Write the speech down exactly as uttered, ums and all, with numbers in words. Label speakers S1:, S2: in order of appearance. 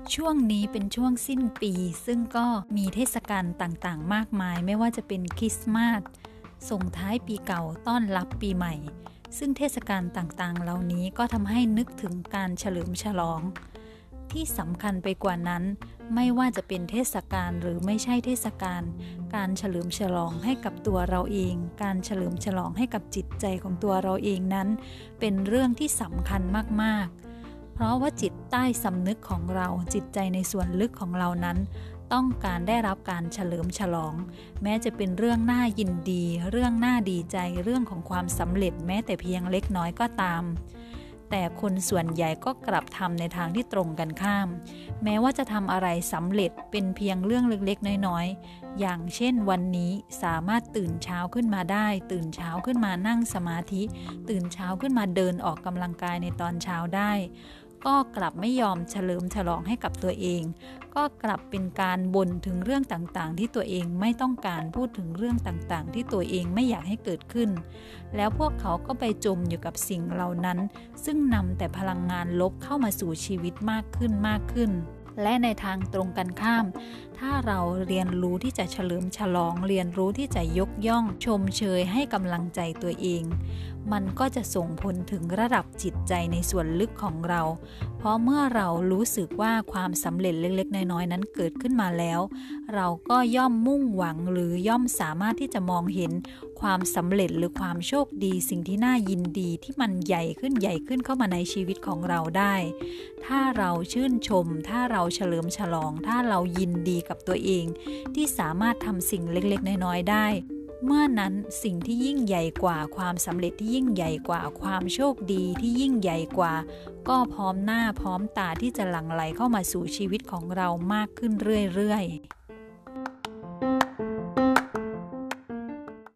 S1: ช่วงนี้เป็นช่วงสิ้นปีซึ่งก็มีเทศกาลต่างๆมากมายไม่ว่าจะเป็นคริสต์มาสส่งท้ายปีเก่าต้อนรับปีใหม่ซึ่งเทศกาลต่างๆเหล่านี้ก็ทำให้นึกถึงการเฉลิมฉลองที่สำคัญไปกว่านั้นไม่ว่าจะเป็นเทศกาลหรือไม่ใช่เทศกาลการเฉลิมฉลองให้กับตัวเราเองการเฉลิมฉลองให้กับจิตใจของตัวเราเองนั้นเป็นเรื่องที่สำคัญมากๆเพราะว่าจิตใต้สำนึกของเราจิตใจในส่วนลึกของเรานั้นต้องการได้รับการเฉลิมฉลองแม้จะเป็นเรื่องน่ายินดีเรื่องน่าดีใจเรื่องของความสำเร็จแม้แต่เพียงเล็กน้อยก็ตามแต่คนส่วนใหญ่ก็กลับทำในทางที่ตรงกันข้ามแม้ว่าจะทำอะไรสำเร็จเป็นเพียงเรื่องเล็กๆน้อยๆอย่างเช่นวันนี้สามารถตื่นเช้าขึ้นมาได้ตื่นเช้าขึ้นมานั่งสมาธิตื่นเช้าขึ้นมาเดินออกกำลังกายในตอนเช้าได้ก็กลับไม่ยอมเฉลิมฉลองให้กับตัวเองก็กลับเป็นการบ่นถึงเรื่องต่างๆที่ตัวเองไม่ต้องการพูดถึงเรื่องต่างๆที่ตัวเองไม่อยากให้เกิดขึ้นแล้วพวกเขาก็ไปจมอยู่กับสิ่งเหล่านั้นซึ่งนำแต่พลังงานลบเข้ามาสู่ชีวิตมากขึ้นมากขึ้นและในทางตรงกันข้ามถ้าเราเรียนรู้ที่จะเฉลิมฉลองเรียนรู้ที่จะยกย่องชมเชยให้กำลังใจตัวเองมันก็จะส่งผลถึงระดับจิตใจในส่วนลึกของเราเพราะเมื่อเรารู้สึกว่าความสำเร็จเล็กๆน้อยๆนั้นเกิดขึ้นมาแล้วเราก็ย่อมมุ่งหวังหรือย่อมสามารถที่จะมองเห็นความสำเร็จหรือความโชคดีสิ่งที่น่ายินดีที่มันใหญ่ขึ้นใหญ่ขึ้นเข้ามาในชีวิตของเราได้ถ้าเราชื่นชมถ้าเราเฉลิมฉลองถ้าเรายินดีกับตัวเองที่สามารถทำสิ่งเล็กๆน้อยๆได้เมื่อนั้นสิ่งที่ยิ่งใหญ่กว่าความสำเร็จที่ยิ่งใหญ่กว่าความโชคดีที่ยิ่งใหญ่กว่าก็พร้อมหน้าพร้อมตาที่จะหลั่งไหลเข้ามาสู่ชีวิตของเรามากขึ้นเรื่อยๆ